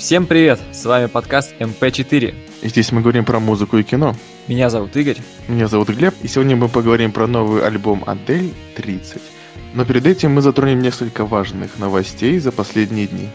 Всем привет! С вами подкаст МП4. И здесь мы говорим про музыку и кино. Меня зовут Игорь. Меня зовут Глеб, и сегодня мы поговорим про новый альбом Адель «30». Но перед этим мы затронем несколько важных новостей за последние дни.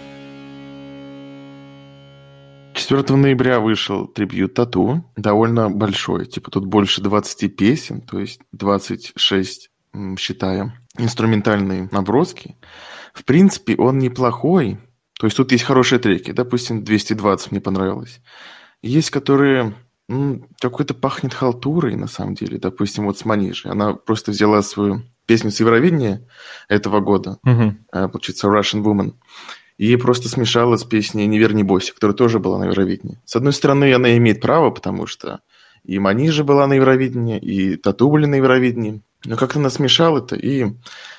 4 ноября вышел трибьют Тату, довольно большой, тут больше 20 песен, то есть 26, считаем, инструментальные наброски. В принципе, он неплохой, то есть тут есть хорошие треки, допустим, 220 мне понравилось. Есть, которые какой-то пахнет халтурой, на самом деле, допустим, вот с Манижей. Она просто взяла свою песню с Евровидения этого года, получается, Russian Woman, и просто смешала с песней «Не верь, не бойся», которая тоже была на Евровидении. С одной стороны, она имеет право, потому что и Манижа была на Евровидении, и Тату были на Евровидении. Но как-то она смешала это, и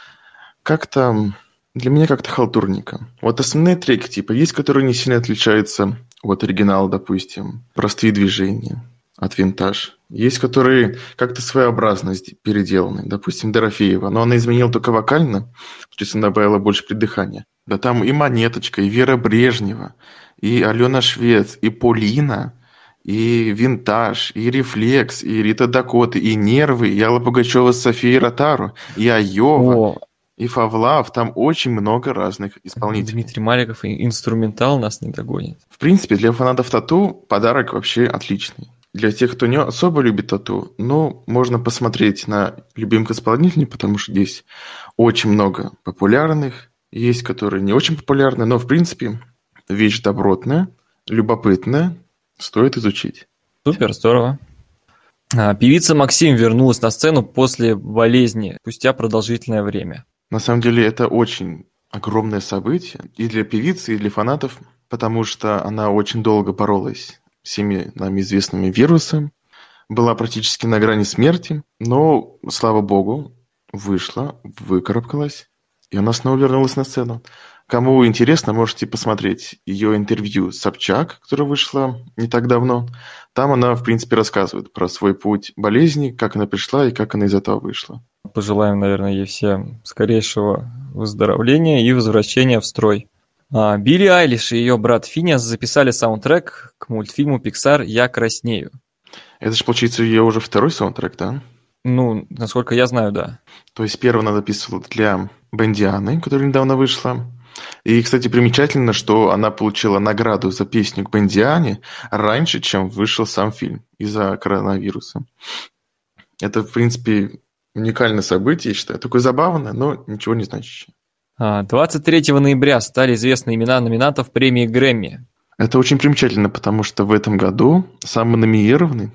как-то для меня как-то халтурненько. Вот основные треки, есть, которые не сильно отличаются от оригинала, допустим, простые движения от винтаж. Есть, которые как-то своеобразно переделаны. Допустим, Дорофеева. Но она изменила только вокально, то есть она добавила больше придыхания. Да там и Монеточка, и Вера Брежнева, и Алена Швец, и Полина, и Винтаж, и Рефлекс, и Рита Дакота, и Нервы, и Алла Пугачева с Софией Ротару, и Айова, и Фавлав. Там очень много разных исполнителей. Дмитрий Маликов и инструментал нас не догонит. В принципе, для фанатов Тату подарок вообще отличный. Для тех, кто не особо любит Тату, можно посмотреть на любимых исполнителей, потому что здесь очень много популярных. Есть, которые не очень популярны, но, в принципе, вещь добротная, любопытная, стоит изучить. Супер, здорово. Певица Максим вернулась на сцену после болезни, спустя продолжительное время. На самом деле, это очень огромное событие и для певицы, и для фанатов, потому что она очень долго боролась с всеми нам известными вирусами, была практически на грани смерти, но, слава богу, вышла, выкарабкалась, и она снова вернулась на сцену. Кому интересно, можете посмотреть ее интервью с Собчак, которое вышло не так давно. Там она, в принципе, рассказывает про свой путь болезни, как она пришла и как она из этого вышла. Пожелаем, наверное, ей всем скорейшего выздоровления и возвращения в строй. Билли Айлиш и ее брат Финиас записали саундтрек к мультфильму Pixar «Я краснею». Это же, получается, ее уже второй саундтрек, да? Насколько я знаю, да. То есть первый она записывала для Бондианы, которая недавно вышла. И, кстати, примечательно, что она получила награду за песню к Бондиане раньше, чем вышел сам фильм из-за коронавируса. Это, в принципе, уникальное событие, я считаю. Такое забавное, но ничего не значащее. 23 ноября стали известны имена номинантов премии Грэмми. Это очень примечательно, потому что в этом году самый номинированный,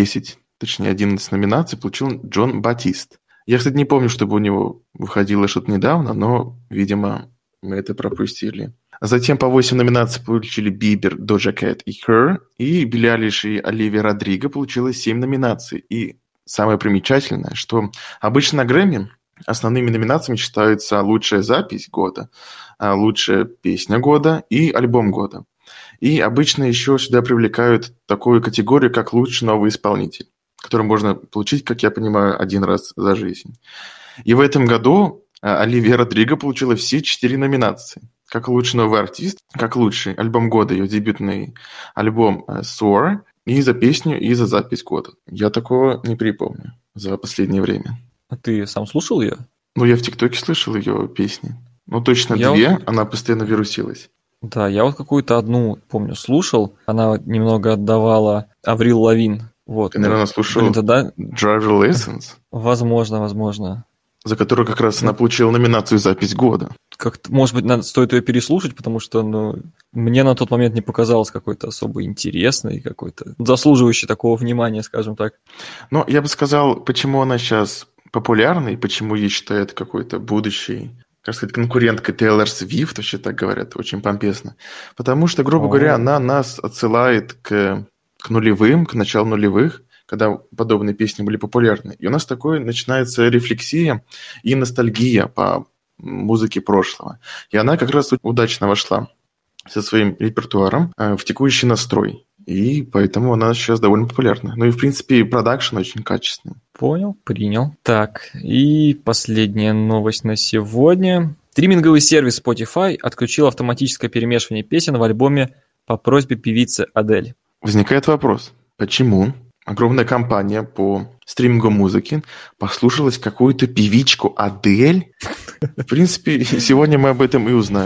11 номинаций, получил Джон Батист. Я, кстати, не помню, чтобы у него выходило что-то недавно, но, видимо, мы это пропустили. Затем по 8 номинаций получили Бибер, Доджа Кэт и Her, и Билли Айлиш и Оливия Родриго получила 7 номинаций. И самое примечательное, что обычно на Грэмми основными номинациями считаются лучшая запись года, лучшая песня года и альбом года. И обычно еще сюда привлекают такую категорию, как лучший новый исполнитель, который можно получить, как я понимаю, один раз за жизнь. И в этом году Оливия Родриго получила все 4 номинации. Как лучший новый артист, как лучший альбом года, ее дебютный альбом Soar, и за песню, и за запись года. Я такого не припомню за последнее время. А ты сам слушал ее? Я в ТикТоке слышал ее песни. Точно 2, она постоянно вирусилась. Да, я какую-то одну, помню, слушал. Она немного отдавала Аврил Лавин. Ты, наверное, слушал Driver License? Возможно. За которую как раз она получила номинацию «Запись года». Может быть, стоит ее переслушать, потому что мне на тот момент не показалось какой-то особо интересной, какой-то заслуживающей такого внимания, скажем так. Я бы сказал, почему она сейчас популярна и почему ей считают какой-то будущей, как сказать, конкуренткой Тейлор Свифт, вообще так говорят, очень помпезно. Потому что, грубо говоря, она нас отсылает к нулевым, к началу нулевых, когда подобные песни были популярны. И у нас такое начинается рефлексия и ностальгия по музыке прошлого. И она как раз удачно вошла со своим репертуаром в текущий настрой. И поэтому она сейчас довольно популярна. И, в принципе, продакшн очень качественный. Понял, принял. Так, и последняя новость на сегодня. Стриминговый сервис Spotify отключил автоматическое перемешивание песен в альбоме по просьбе певицы Адель. Возникает вопрос, почему огромная компания по стримингу музыки послушалась какую-то певичку Адель? В принципе, сегодня мы об этом и узнаем.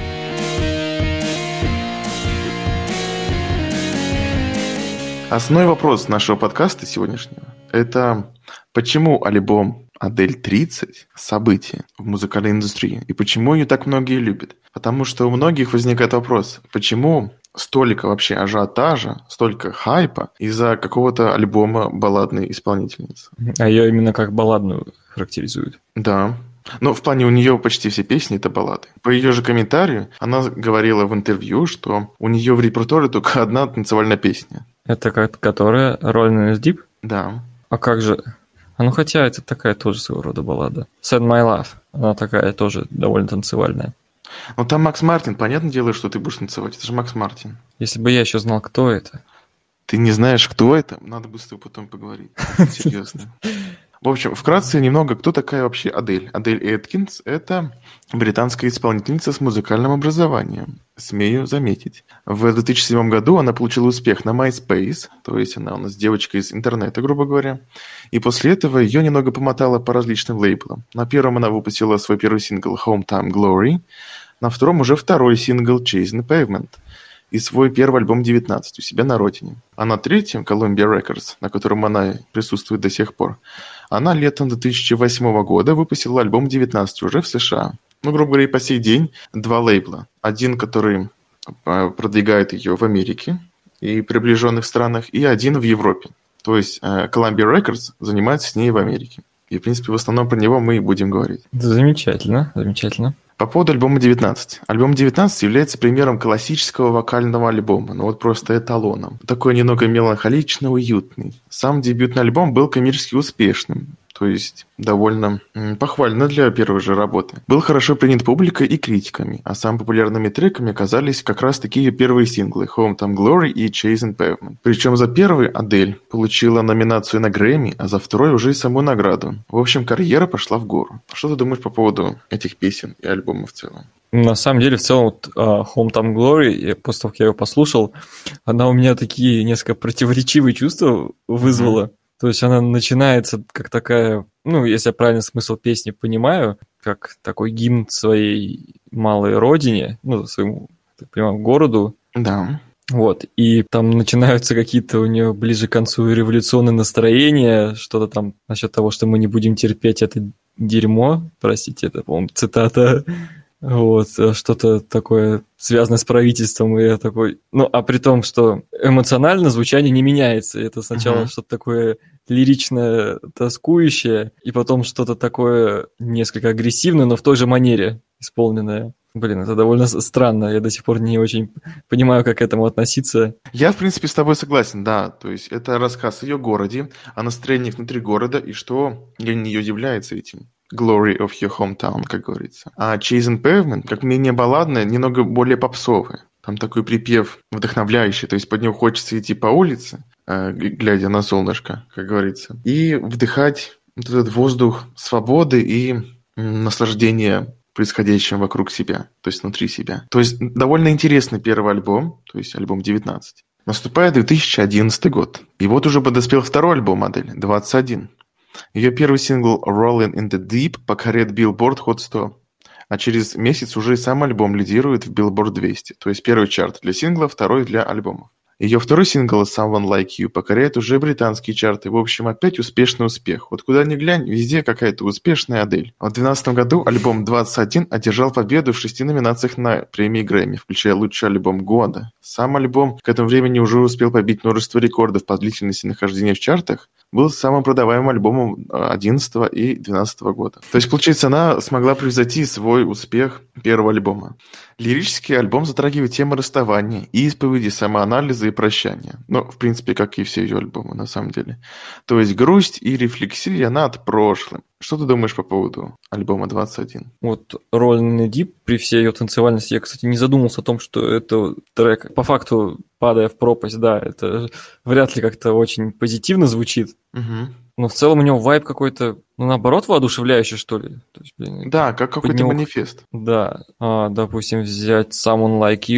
Основной вопрос нашего подкаста сегодняшнего – это почему альбом «Адель 30» – событие в музыкальной индустрии, и почему ее так многие любят. Потому что у многих возникает вопрос, почему столько вообще ажиотажа, столько хайпа из-за какого-то альбома балладной исполнительницы. А ее именно как балладную характеризуют. Да. Но в плане у нее почти все песни это баллады. По ее же комментарию она говорила в интервью, что у нее в репертуаре только одна танцевальная песня. Это которая Rolling in the Deep? Да. А как же? А ну хотя это такая тоже своего рода баллада. Send My Love. Она такая тоже довольно танцевальная. Ну там Макс Мартин, понятное дело, что ты будешь танцевать. Это же Макс Мартин. Если бы я еще знал, кто это. Ты не знаешь, кто это? Надо бы с тобой потом поговорить. Серьезно. В общем, вкратце немного, кто такая вообще Адель. Адель Эткинс – это британская исполнительница с музыкальным образованием, смею заметить. В 2007 году она получила успех на MySpace, то есть она у нас девочка из интернета, грубо говоря. И после этого ее немного помотало по различным лейблам. На первом она выпустила свой первый сингл «Hometown Glory», на втором уже второй сингл «Chasing Pavement» и свой первый альбом «19» у себя на родине. А на третьем, Columbia Records, на котором она присутствует до сих пор, она летом 2008 года выпустила альбом «19» уже в США. Ну, грубо говоря, и по сей день два лейбла. Один, который продвигает ее в Америке и приближенных странах, и один в Европе. То есть Columbia Records занимается с ней в Америке. И, в принципе, в основном про него мы и будем говорить. Замечательно, замечательно. По поводу альбома «19». Альбом «19» является примером классического вокального альбома, ну вот просто эталоном. Такой немного меланхолично уютный. Сам дебютный альбом был коммерчески успешным, то есть довольно похвально для первой же работы. Был хорошо принят публикой и критиками, а самыми популярными треками оказались как раз такие первые синглы «Hometown Glory» и «Chasing Pavement». Причем за первый Адель получила номинацию на Грэмми, а за второй уже и саму награду. В общем, карьера пошла в гору. Что ты думаешь по поводу этих песен и альбома в целом? На самом деле, в целом, вот, Hometown Glory, после того, как я ее послушал, она у меня такие несколько противоречивые чувства вызвала. То есть она начинается как такая, ну, если я правильно смысл песни понимаю, как такой гимн своей малой родине, ну, своему, так понимаю, городу. Да. Вот, и там начинаются какие-то у нее ближе к концу революционные настроения, что-то там насчет того, что мы не будем терпеть это дерьмо, простите, это, по-моему, цитата. Вот, что-то такое связанное с правительством, и я такой... Ну, а при том, что эмоционально звучание не меняется. Это сначала что-то такое лиричное, тоскующее, и потом что-то такое несколько агрессивное, но в той же манере исполненное. Блин, это довольно странно. Я до сих пор не очень понимаю, как к этому относиться. Я, в принципе, с тобой согласен, да. То есть это рассказ о ее городе, о настроении внутри города, и что для нее является этим. Glory of your hometown, как говорится. А Chasing Pavement, как менее балладная, немного более попсовая. Там такой припев вдохновляющий, то есть под него хочется идти по улице, глядя на солнышко, как говорится, и вдыхать вот этот воздух свободы и наслаждения происходящим вокруг себя, то есть внутри себя. То есть довольно интересный первый альбом, то есть альбом 19. Наступает 2011 год, и вот уже подоспел второй альбом модели, 21. Ее первый сингл «Rolling in the Deep» покоряет Billboard Hot 100, а через месяц уже и сам альбом лидирует в Billboard 200, то есть первый чарт для сингла, второй для альбомов. Ее второй сингл «Someone Like You» покоряет уже британские чарты. В общем, опять успешный успех. Вот куда ни глянь, везде какая-то успешная Адель. В 2012 году альбом «21» одержал победу в 6 номинациях на премии Грэмми, включая лучший альбом года. Сам альбом к этому времени уже успел побить множество рекордов по длительности нахождения в чартах, был самым продаваемым альбомом 2011 и 2012 года. То есть, получается, она смогла превзойти свой успех первого альбома. Лирический альбом затрагивает темы расставания, исповеди, самоанализа и прощания. Ну, в принципе, как и все ее альбомы, на самом деле. То есть, грусть и рефлексия над прошлым. Что ты думаешь по поводу альбома 21? Вот Rolling in the Deep, при всей ее танцевальности, я, кстати, не задумался о том, что это трек, по факту, падая в пропасть, да, это вряд ли как-то очень позитивно звучит. Угу. Но в целом у него вайб какой-то, ну, наоборот, воодушевляющий, что ли. То есть, блин, да, как какой-то манифест. Да, допустим, взять Someone Like You.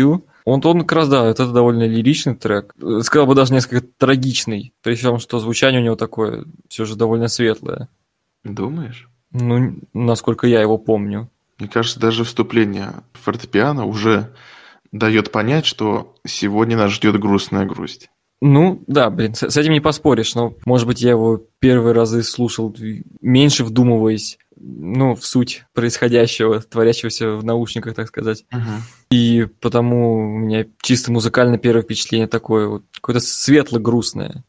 Он как раз, да, это довольно лиричный трек. Сказал бы даже несколько трагичный. При всем, что звучание у него такое все же довольно светлое. Думаешь? Ну, насколько я его помню. Мне кажется, даже вступление фортепиано уже дает понять, что сегодня нас ждет грустная грусть. Ну, да, блин, с этим не поспоришь, но, может быть, я его первые разы слушал, меньше вдумываясь, в суть происходящего, творящегося в наушниках, так сказать. Угу. И потому у меня чисто музыкально первое впечатление такое, вот, какое-то светло-грустное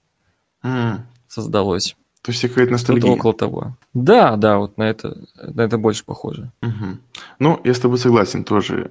создалось. То есть какая-то ностальгия. Что-то около того. Да, вот на это больше похоже. Угу. Ну, я с тобой согласен тоже.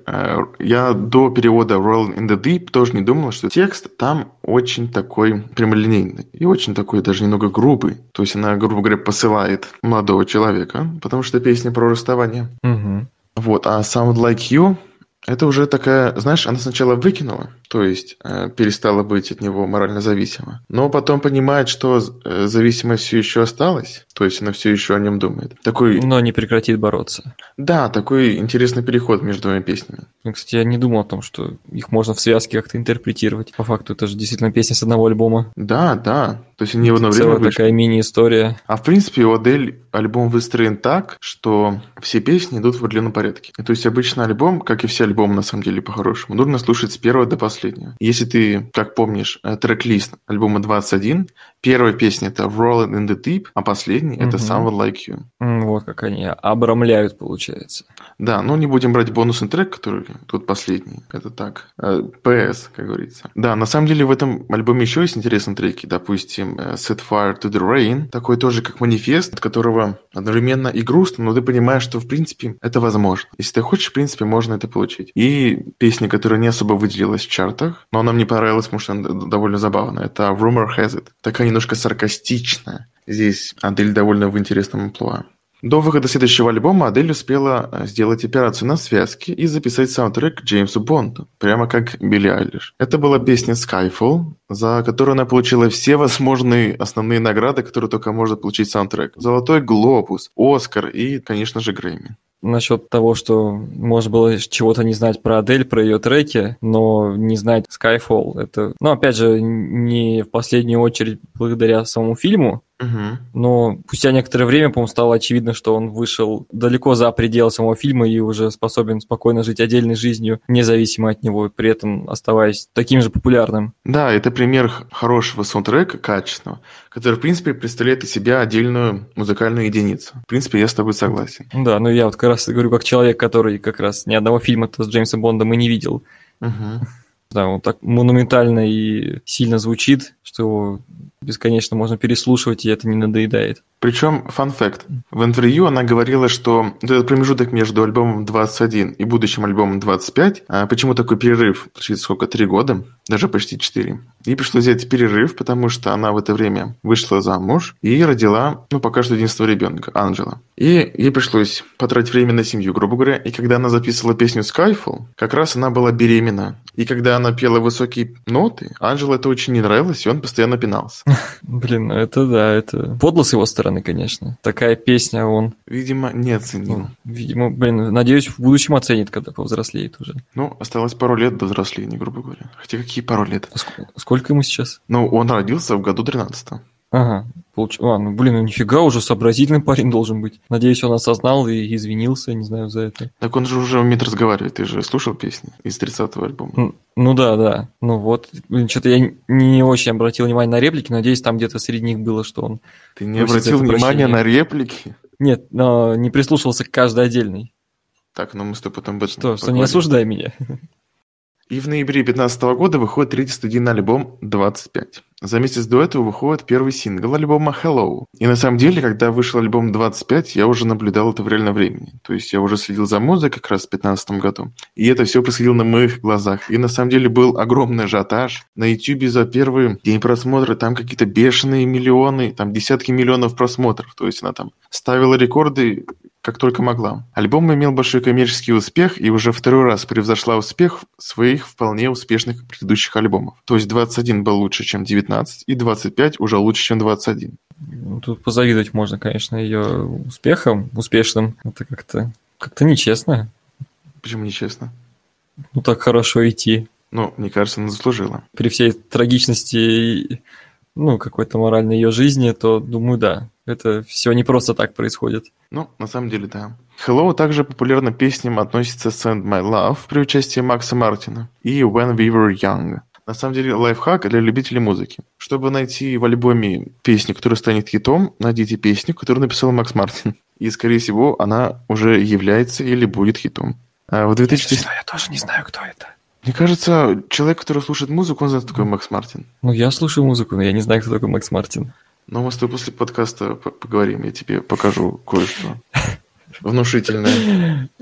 Я до перевода Rolling in the Deep тоже не думал, что текст там очень такой прямолинейный и очень такой даже немного грубый. То есть она, грубо говоря, посылает молодого человека, потому что песня про расставание. Угу. Вот, а Sound Like You это уже такая, знаешь, она сначала выкинула, то есть перестала быть от него морально зависима, но потом понимает, что зависимость все еще осталась, то есть она все еще о нем думает. Но не прекратит бороться. Да, такой интересный переход между двумя песнями. Кстати, я не думал о том, что их можно в связке как-то интерпретировать. По факту это же действительно песня с одного альбома. Да. То есть они в одно время целая вышли. Такая мини-история. А в принципе у Адель альбом выстроен так, что все песни идут в определенном порядке. То есть обычно альбом, как и все альбомы на самом деле по-хорошему, нужно слушать с первого до последнего. Если ты, как помнишь, трек-лист альбома 21, первая песня это Rolling in the Deep, а последняя это Someone Like You. Вот как они обрамляют, получается. Да, но не будем брать бонусный трек, который тут последний. Это так, PS, как говорится. Да, на самом деле в этом альбоме еще есть интересные треки. Допустим, Set Fire to the Rain. Такой тоже как манифест, от которого одновременно и грустно, но ты понимаешь, что в принципе это возможно. Если ты хочешь, в принципе, можно это получить. И песня, которая не особо выделилась в чартах, но она мне понравилась, потому что она довольно забавная. Это Rumor Has It. Такая немножко саркастичная. Здесь Адель довольно в интересном амплуа. До выхода следующего альбома Адель успела сделать операцию на связке и записать саундтрек к Джеймсу Бонду, прямо как Билли Айлиш. Это была песня Skyfall, за которую она получила все возможные основные награды, которые только может получить саундтрек. Золотой глобус, Оскар и, конечно же, Грэмми. Насчет того, что можно было чего-то не знать про Адель, про ее треки, но не знать Skyfall, это, опять же, не в последнюю очередь благодаря самому фильму, но спустя некоторое время, по-моему, стало очевидно, что он вышел далеко за пределы самого фильма и уже способен спокойно жить отдельной жизнью, независимо от него, при этом оставаясь таким же популярным. Да, это пример хорошего саундтрека, качественного, который, в принципе, представляет из себя отдельную музыкальную единицу. В принципе, я с тобой согласен. Да, я вот как раз говорю как человек, который как раз ни одного фильма-то с Джеймсом Бондом и не видел. Да, он так монументально и сильно звучит, что его бесконечно можно переслушивать, и это не надоедает. Причем, фан-факт, в интервью она говорила, что этот промежуток между альбомом 21 и будущим альбомом 25, почему такой перерыв, сколько, 3 года, даже почти 4. Ей пришлось взять перерыв, потому что она в это время вышла замуж и родила, пока что единственного ребенка, Анджела. И ей пришлось потратить время на семью, грубо говоря, и когда она записывала песню Skyfall, как раз она была беременна. И когда она пела высокие ноты, Анджело это очень не нравилось, и он постоянно пинался. Блин, это подло с его стороны, конечно. Такая песня он... Видимо, не оценил. Видимо, надеюсь, в будущем оценит, когда повзрослеет уже. Осталось пару лет до взросления, грубо говоря. Хотя какие пару лет? Сколько ему сейчас? Он родился в году 13-м. Ага, нифига, уже сообразительный парень должен быть. Надеюсь, он осознал и извинился, не знаю, за это. Так он же уже умеет разговаривать, ты же слушал песни из 30-го альбома? Да. Что-то я не очень обратил внимание на реплики, надеюсь, там где-то среди них было, что он... Ты не обратил внимания на реплики? Нет, но не прислушивался к каждой отдельной. Так, мы с тобой потом об этом поговорим. Что, не осуждай меня. И в ноябре 2015 года выходит третий студийный альбом «25». За месяц до этого выходит первый сингл альбома «Hello». И на самом деле, когда вышел альбом «25», я уже наблюдал это в реальном времени. То есть я уже следил за музыкой как раз в 2015 году. И это все происходило на моих глазах. И на самом деле был огромный ажиотаж. На YouTube за первый день просмотра там какие-то бешеные миллионы, там десятки миллионов просмотров. То есть она там ставила рекорды как только могла. Альбом имел большой коммерческий успех и уже второй раз превзошла успех своих вполне успешных предыдущих альбомов. То есть 21 был лучше, чем 19, и 25 уже лучше, чем 21. Тут позавидовать можно, конечно, ее успехом, успешным. Это как-то нечестно. Почему нечестно? Так хорошо идти. Ну, мне кажется, она заслужила. При всей трагичности, ну, какой-то моральной ее жизни, то, думаю, да. Это все не просто так происходит. Ну, на самом деле, да. Hello также популярно песням относится Send My Love при участии Макса Мартина и When We Were Young. На самом деле, лайфхак для любителей музыки. Чтобы найти в альбоме песню, которая станет хитом, найдите песню, которую написал Макс Мартин. И, скорее всего, она уже является или будет хитом. А в 2000... Я тоже не знаю, кто это. Мне кажется, человек, который слушает музыку, он знает, кто такой Макс Мартин. Ну, я слушаю музыку, но я не знаю, кто такой Макс Мартин. Но мы с тобой после подкаста поговорим, я тебе покажу кое-что внушительное.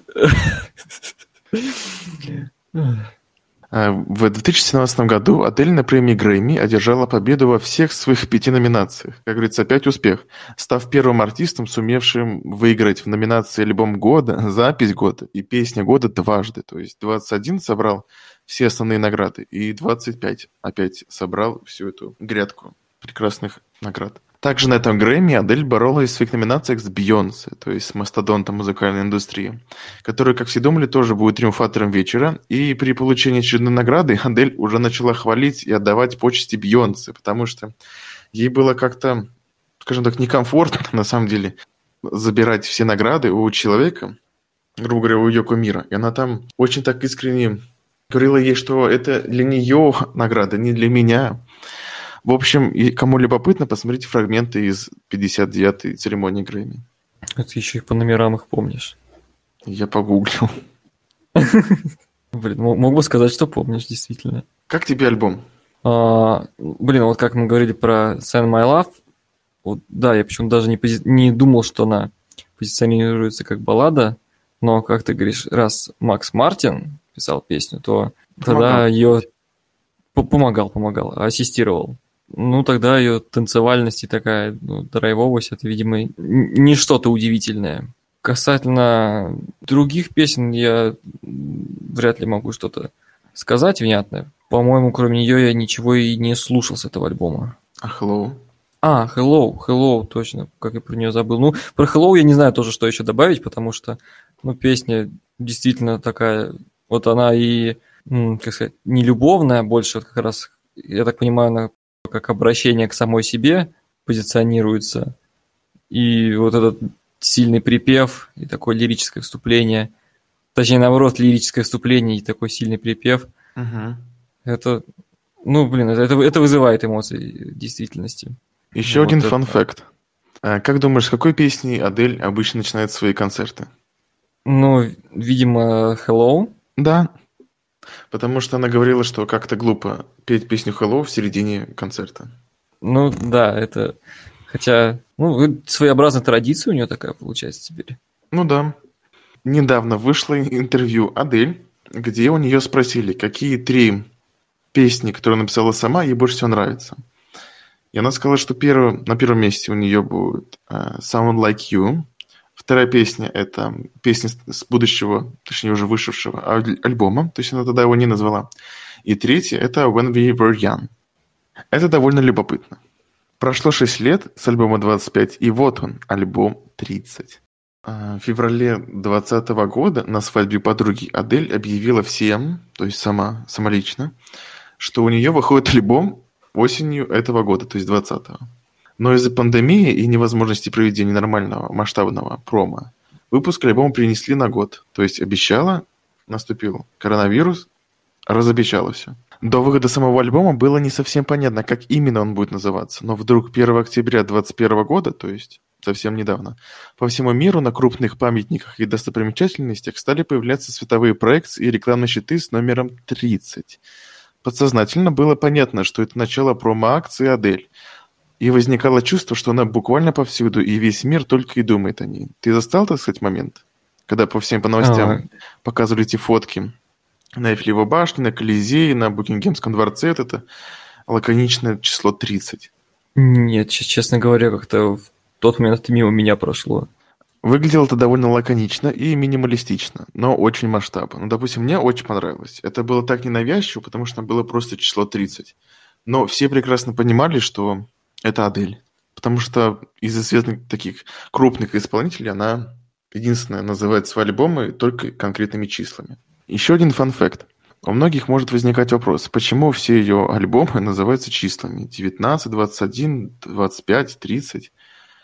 В 2017 году Адель на премии Грэмми одержала победу во всех своих 5 номинациях. Как говорится, опять успех, став первым артистом, сумевшим выиграть в номинации «Альбом года», «Запись года» и «Песня года» дважды. То есть 21 собрал все основные награды и 25 опять собрал всю эту грядку прекрасных наград. Также на этом Грэмми Адель боролась в своих номинациях с Бейонсе, то есть с мастодонтом музыкальной индустрии, который, как все думали, тоже будет триумфатором вечера. И при получении очередной награды Адель уже начала хвалить и отдавать почести Бейонсе, потому что ей было как-то, скажем так, некомфортно, на самом деле, забирать все награды у человека, грубо говоря, у ее кумира. И она там очень так искренне говорила ей, что это для нее награда, не для меня. В общем, кому любопытно, посмотрите фрагменты из 59-й церемонии Грэмми. Ты еще и по номерам их помнишь. Я погуглил. Блин, мог бы сказать, что помнишь, действительно. Как тебе альбом? Блин, вот как мы говорили про Send My Love, вот, да, я почему-то даже не думал, что она позиционируется как баллада, но, как ты говоришь, раз Макс Мартин писал песню, то тогда ее помогал, ассистировал. Ну, тогда ее танцевальность и такая драйвовость, это, видимо, не что-то удивительное. Касательно других песен я вряд ли могу что-то сказать внятное. По-моему, кроме нее я ничего и не слушал с этого альбома. А Hello? Hello, точно, как я про нее забыл. Ну, про Hello я не знаю тоже, что еще добавить, потому что, песня действительно такая, вот она и, как сказать, не любовная больше, вот как раз, я так понимаю, она как обращение к самой себе позиционируется. И вот этот сильный припев и такое лирическое вступление, точнее, наоборот, лирическое вступление и такой сильный припев, это, это вызывает эмоции в действительности. Еще вот один фан-факт. Как думаешь, с какой песней Адель обычно начинает свои концерты? Видимо, Hello. Да, потому что она говорила, что как-то глупо петь песню Hello в середине концерта. Да, это... Хотя, своеобразная традиция у нее такая получается теперь. Да. Недавно вышло интервью Адель, где у нее спросили, какие 3 песни, которые она написала сама, ей больше всего нравятся. И она сказала, что на первом месте у нее будет Someone Like You. Вторая песня – это песня с будущего, точнее уже вышедшего альбома, то есть она тогда его не назвала. И третья – это When We Were Young. Это довольно любопытно. Прошло 6 лет с альбома 25, и вот он, альбом 30. В феврале 2020 года на свадьбе подруги Адель объявила всем, то есть сама лично, что у нее выходит альбом осенью этого года, то есть 2020. Но из-за пандемии и невозможности проведения нормального масштабного промо, выпуск альбома перенесли на год. То есть обещала, наступил коронавирус, разобещала все. До выхода самого альбома было не совсем понятно, как именно он будет называться, но вдруг 1 октября 2021 года, то есть совсем недавно, по всему миру на крупных памятниках и достопримечательностях стали появляться световые проекции и рекламные щиты с номером 30. Подсознательно было понятно, что это начало промо-акции Адель, и возникало чувство, что она буквально повсюду, и весь мир только и думает о ней. Ты застал, так сказать, момент, когда по новостям показывали эти фотки на Эйфелевой башне, на Колизее, на Букингемском дворце, это лаконичное число 30? Нет, честно говоря, как-то в тот момент это мимо меня прошло. Выглядело это довольно лаконично и минималистично, но очень масштабно. Допустим, мне очень понравилось. Это было так ненавязчиво, потому что было просто число 30. Но все прекрасно понимали, что это Адель. Потому что из известных таких крупных исполнителей она единственная называет свои альбомы только конкретными числами. Еще один фан-факт. у многих может возникать вопрос, почему все ее альбомы называются числами 19, 21, 25, 30.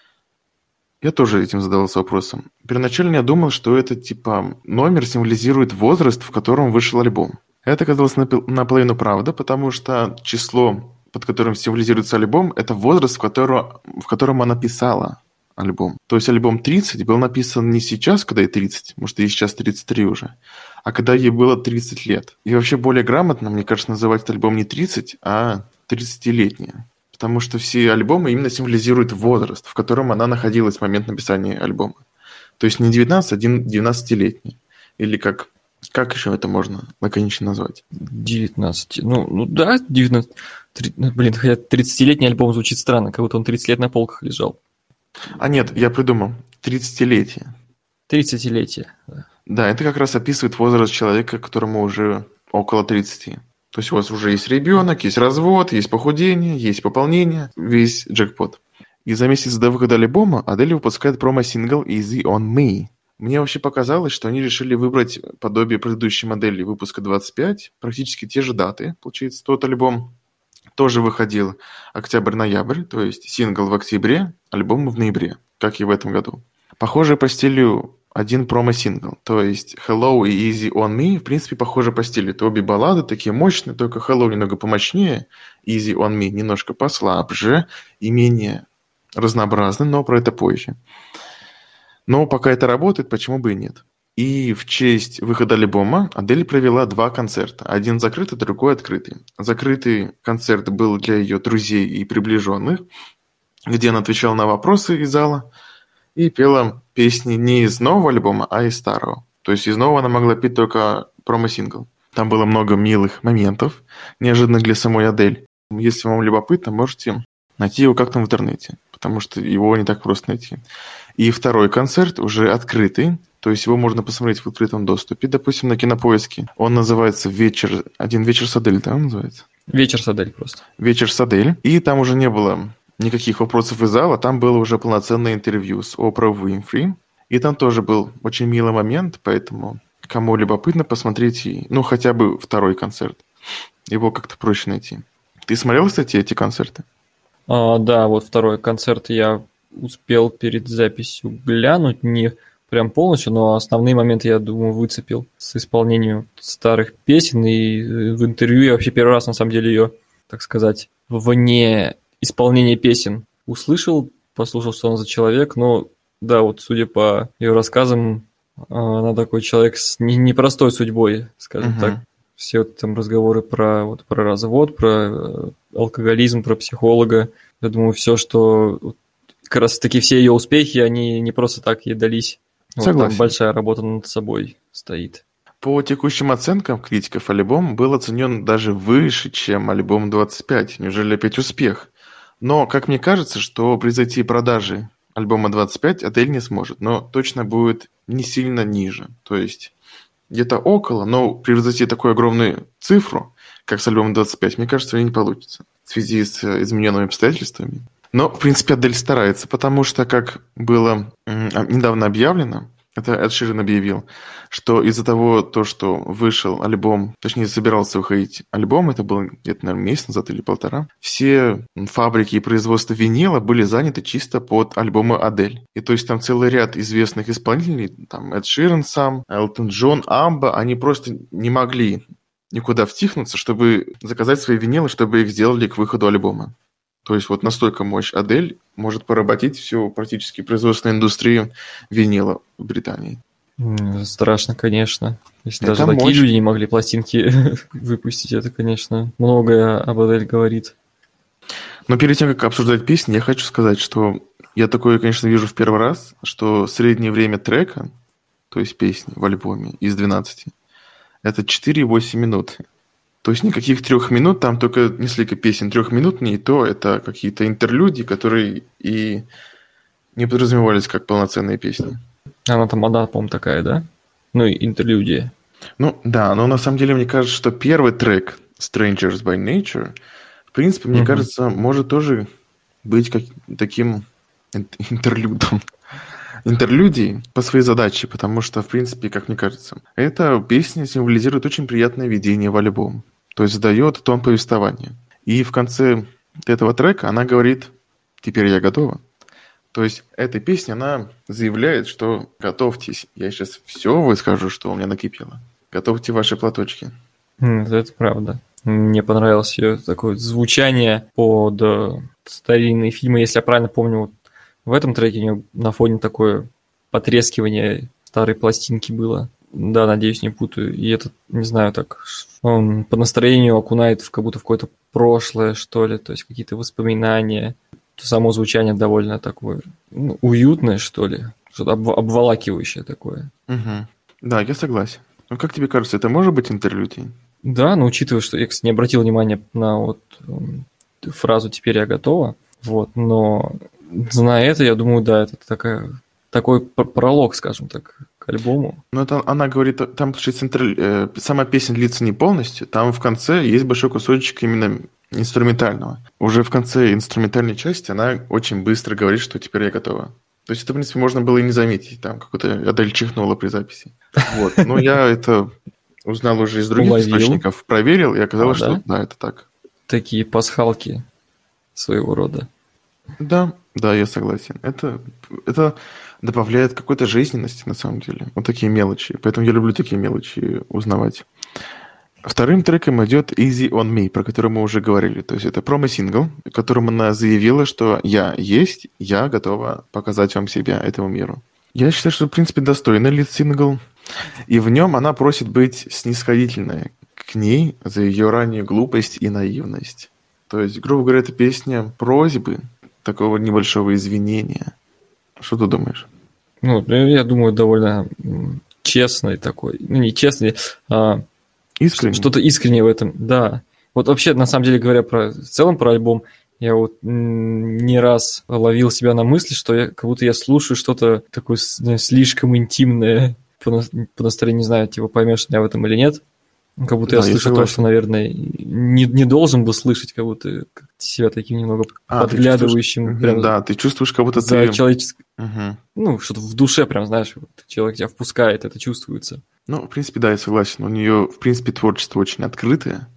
Я тоже этим задавался вопросом. Первоначально я думал, что это типа номер символизирует возраст, в котором вышел альбом. Это оказалось наполовину правда, потому что число, под которым символизируется альбом, это возраст, в котором она писала альбом. То есть альбом 30 был написан не сейчас, когда ей 30, может, ей сейчас 33 уже, а когда ей было 30 лет. И вообще более грамотно, мне кажется, называть этот альбом не 30, а 30-летняя. Потому что все альбомы именно символизируют возраст, в котором она находилась в момент написания альбома. То есть не 19, а 19-летний. Или как еще это можно лаконично назвать? 19. Ну да, 19. Блин, хотя 30-летний альбом звучит странно, как будто он 30 лет на полках лежал. А нет, я придумал. 30-летие. 30-летие. Да, это как раз описывает возраст человека, которому уже около 30. То есть у вас уже есть ребенок, есть развод, есть похудение, есть пополнение, весь джекпот. И за месяц до выхода альбома Адель выпускает промо-сингл Easy on Me. Мне вообще показалось, что они решили выбрать подобие предыдущей модели выпуска 25, практически те же даты. Получается, тот альбом тоже выходил октябрь-ноябрь, то есть сингл в октябре, альбом в ноябре, как и в этом году. Похожие по стилю один промо-сингл, то есть Hello и Easy on Me, в принципе, похожи по стилю. Это обе баллады такие мощные, только Hello немного помощнее, Easy on Me немножко послабже и менее разнообразный, но про это позже. Но пока это работает, почему бы и нет. И в честь выхода альбома Адель провела 2 концерта. Один закрытый, другой открытый. Закрытый концерт был для ее друзей и приближенных, где она отвечала на вопросы из зала и пела песни не из нового альбома, а из старого. То есть из нового она могла петь только промо-сингл. Там было много милых моментов, неожиданных для самой Адель. Если вам любопытно, можете найти его как-то в интернете, потому что его не так просто найти. И второй концерт уже открытый, то есть его можно посмотреть в открытом доступе, допустим, на Кинопоиске. Он называется «Один вечер с Адель», да, он называется? Вечер с Адель просто. «Вечер с Адель». И там уже не было никаких вопросов из зала, там было уже полноценное интервью с Опрой Уинфри. И там тоже был очень милый момент, поэтому кому любопытно, посмотрите, хотя бы второй концерт. Его как-то проще найти. Ты смотрел, кстати, эти концерты? Да, вот второй концерт я успел перед записью глянуть, не прям полностью, но основные моменты, я думаю, выцепил с исполнением старых песен, и в интервью я вообще первый раз, на самом деле, ее, так сказать, вне исполнения песен услышал, послушал, что он за человек, но да, вот судя по ее рассказам, она такой человек с непростой судьбой, скажем так. Все там разговоры про развод, про алкоголизм, про психолога. Я думаю, все, что как раз таки все ее успехи, они не просто так ей дались. Там большая работа над собой стоит. По текущим оценкам критиков альбом был оценен даже выше, чем альбом 25. Неужели опять успех? Но, как мне кажется, что превзойти продажи альбома 25 Адель не сможет, но точно будет не сильно ниже. То есть где-то около, но превзойти такую огромную цифру, как с альбомом 25, мне кажется, не получится в связи с измененными обстоятельствами. Но, в принципе, Адель старается, потому что, как было недавно объявлено, это Эд Ширан объявил, что из-за того, что вышел альбом, точнее, собирался выходить альбом, это было где-то, наверное, месяц назад или 1,5, все фабрики и производства винила были заняты чисто под альбомы Адель. И то есть там целый ряд известных исполнителей, там Эд Ширан сам, Элтон Джон, Амба, они просто не могли никуда втихнуться, чтобы заказать свои винилы, чтобы их сделали к выходу альбома. То есть вот настолько мощь Адель может поработить всю практически производственную индустрию винила в Британии. Страшно, конечно. Если это даже мощь. Такие люди не могли пластинки выпустить, это, конечно, многое об Адель говорит. Но перед тем, как обсуждать песни, я хочу сказать, что я такое, конечно, вижу в первый раз, что среднее время трека, то есть песни в альбоме из 12, это 4,8 минуты. То есть никаких 3 минут, там только несколько песен 3-минутные, и то это какие-то интерлюдии, которые и не подразумевались как полноценные песни. Она, по-моему, такая, да? Интерлюдия. Да, но на самом деле мне кажется, что первый трек Strangers by Nature, в принципе, мне кажется, может тоже быть таким интерлюдом. Интерлюдии по своей задаче, потому что, в принципе, как мне кажется, эта песня символизирует очень приятное видение в альбом. То есть задает тон повествования. И в конце этого трека она говорит: «Теперь я готова». То есть эта песня, она заявляет, что готовьтесь, я сейчас все выскажу, что у меня накипело. Готовьте ваши платочки. Это правда. Мне понравилось ее такое звучание под старинные фильмы. Если я правильно помню, вот в этом треке у нее на фоне такое потрескивание старой пластинки было. Да, надеюсь, не путаю. И это, не знаю, так он по настроению окунает как будто в какое-то прошлое, что ли, то есть какие-то воспоминания. Само звучание довольно такое уютное, что ли, что-то обволакивающее такое. Угу. Да, я согласен. Ну, как тебе кажется, это может быть интерлюдией? Да, но учитывая, что я, кстати, не обратил внимания на вот фразу «теперь я готова», вот, но зная это, я думаю, да, это такой пролог, скажем так, к альбому. Ну, это она говорит, там, получается, сама песня длится не полностью, там в конце есть большой кусочек именно инструментального. Уже в конце инструментальной части она очень быстро говорит, что теперь я готова. То есть это, в принципе, можно было и не заметить, там какой-то Адель чихнула при записи. Вот. Но я это узнал уже из других источников, проверил, и оказалось, что да, это так. Такие пасхалки своего рода. Да, я согласен. Это добавляет какой-то жизненности, на самом деле. Вот такие мелочи. Поэтому я люблю такие мелочи узнавать. Вторым треком идет Easy on Me, про который мы уже говорили. То есть это промо-сингл, в котором она заявила, что я есть, я готова показать вам себя, этому миру. Я считаю, что, в принципе, достойный лид-сингл. И в нем она просит быть снисходительной к ней за ее раннюю глупость и наивность. То есть, грубо говоря, это песня просьбы, такого небольшого извинения. Что ты думаешь? Ну, я думаю, довольно честный такой. Ну, не честный, а искренне. Что-то искреннее в этом, да. Вот вообще, на самом деле, говоря в целом про альбом, я вот не раз ловил себя на мысли, что как будто я слушаю что-то такое слишком интимное по настроению, не знаю, типа поймешь меня в этом или нет. Как будто я слышу то, что, наверное, не должен был слышать, как будто себя таким немного подглядывающим. Прям да, ты чувствуешь, как будто ты... человеческое... Ну, что-то в душе прям, знаешь, человек тебя впускает, это чувствуется. Ну, в принципе, да, я согласен. У нее, в принципе, творчество очень открытое.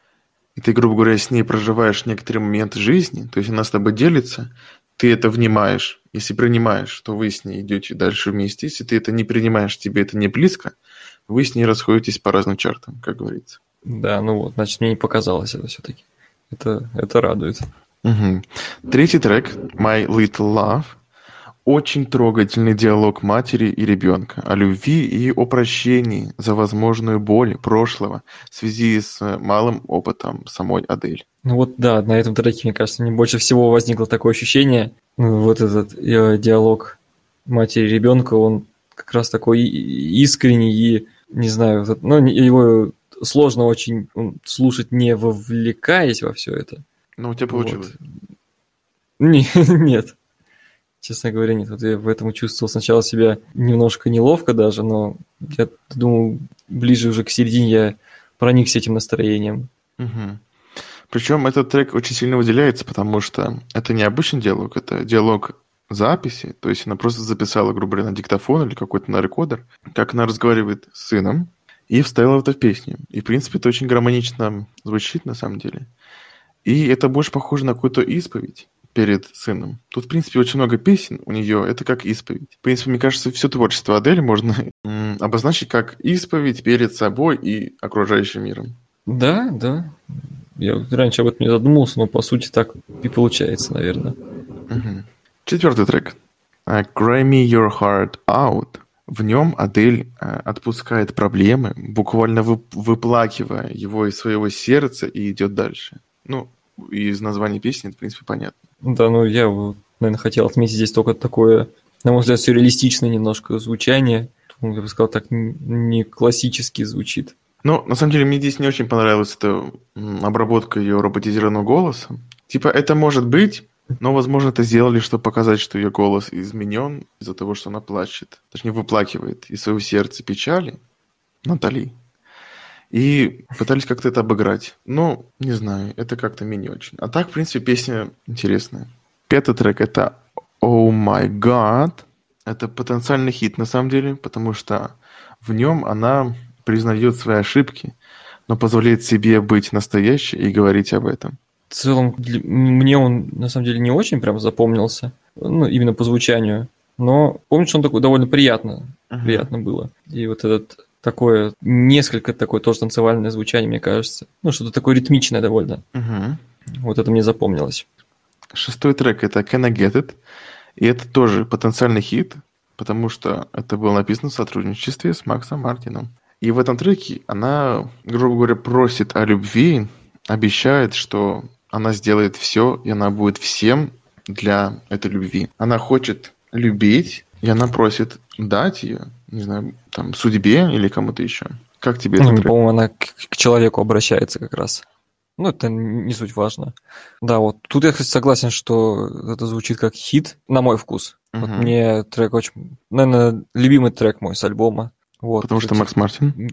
И ты, грубо говоря, с ней проживаешь некоторые моменты жизни, то есть она с тобой делится, ты это внимаешь. Если принимаешь, то вы с ней идете дальше вместе. Если ты это не принимаешь, тебе это не близко, вы с ней расходитесь по разным чартам, как говорится. Да, ну вот, значит, мне не показалось это все-таки. Это радует. Угу. Третий трек «My Little Love». Очень трогательный диалог матери и ребенка о любви и о прощении за возможную боль прошлого в связи с малым опытом самой Адель. Ну вот да, на этом треке, мне кажется, мне больше всего возникло такое ощущение, вот этот диалог матери и ребенка, он как раз такой искренний и, не знаю, его сложно очень слушать, не вовлекаясь во все это. Ну, у тебя получилось. Вот. Нет. Честно говоря, нет. Вот я в этом чувствовал сначала себя немножко неловко даже, но я думаю, ближе уже к середине я проникся этим настроением. Угу. Причем этот трек очень сильно выделяется, потому что это не обычный диалог, это диалог записи, то есть она просто записала, грубо говоря, на диктофон или какой-то на рекордер, как она разговаривает с сыном, и вставила это в песню. И, в принципе, это очень гармонично звучит на самом деле. И это больше похоже на какую-то исповедь перед сыном. Тут, в принципе, очень много песен у нее, это как исповедь. В принципе, мне кажется, все творчество Адель можно обозначить как исповедь перед собой и окружающим миром. Да. Я раньше об этом не задумывался, но по сути так и получается, наверное. Угу. Четвертый трек. Cry Me Your Heart Out. В нем Адель отпускает проблемы, буквально выплакивая его из своего сердца и идет дальше. Ну, из названия песни это, в принципе, понятно. Да, я, наверное, хотел отметить здесь только такое, на мой взгляд, сюрреалистичное немножко звучание. Я бы сказал, так не классически звучит. Ну, на самом деле, мне здесь не очень понравилась эта обработка ее роботизированного голоса. Типа, это может быть, но, возможно, это сделали, чтобы показать, что ее голос изменен из-за того, что она плачет. Точнее, выплакивает из своего сердца печали, Натали. И пытались как-то это обыграть. Но, не знаю, это как-то мне не очень. А так, в принципе, песня интересная. Пятый трек — это Oh My God. Это потенциальный хит, на самом деле, потому что в нем она признает свои ошибки, но позволяет себе быть настоящей и говорить об этом. В целом, мне он, на самом деле, не очень прям запомнился, ну, именно по звучанию. Но помню, что он такой довольно приятно было. И вот этот такое, несколько такое тоже танцевальное звучание, мне кажется. Ну, что-то такое ритмичное довольно. Вот это мне запомнилось. 6-й трек – это Can I Get It? И это тоже потенциальный хит, потому что это было написано в сотрудничестве с Максом Мартином. И в этом треке она, грубо говоря, просит о любви, обещает, что она сделает все, и она будет всем для этой любви. Она хочет любить, и она просит дать ее, не знаю, там, судьбе или кому-то еще. Как тебе это? По-моему, она к человеку обращается как раз. Ну, это не суть важно. Да, вот тут я, кстати, согласен, что это звучит как хит, на мой вкус. Вот мне трек очень... Наверное, любимый трек мой с альбома. Вот, потому что Макс Мартин?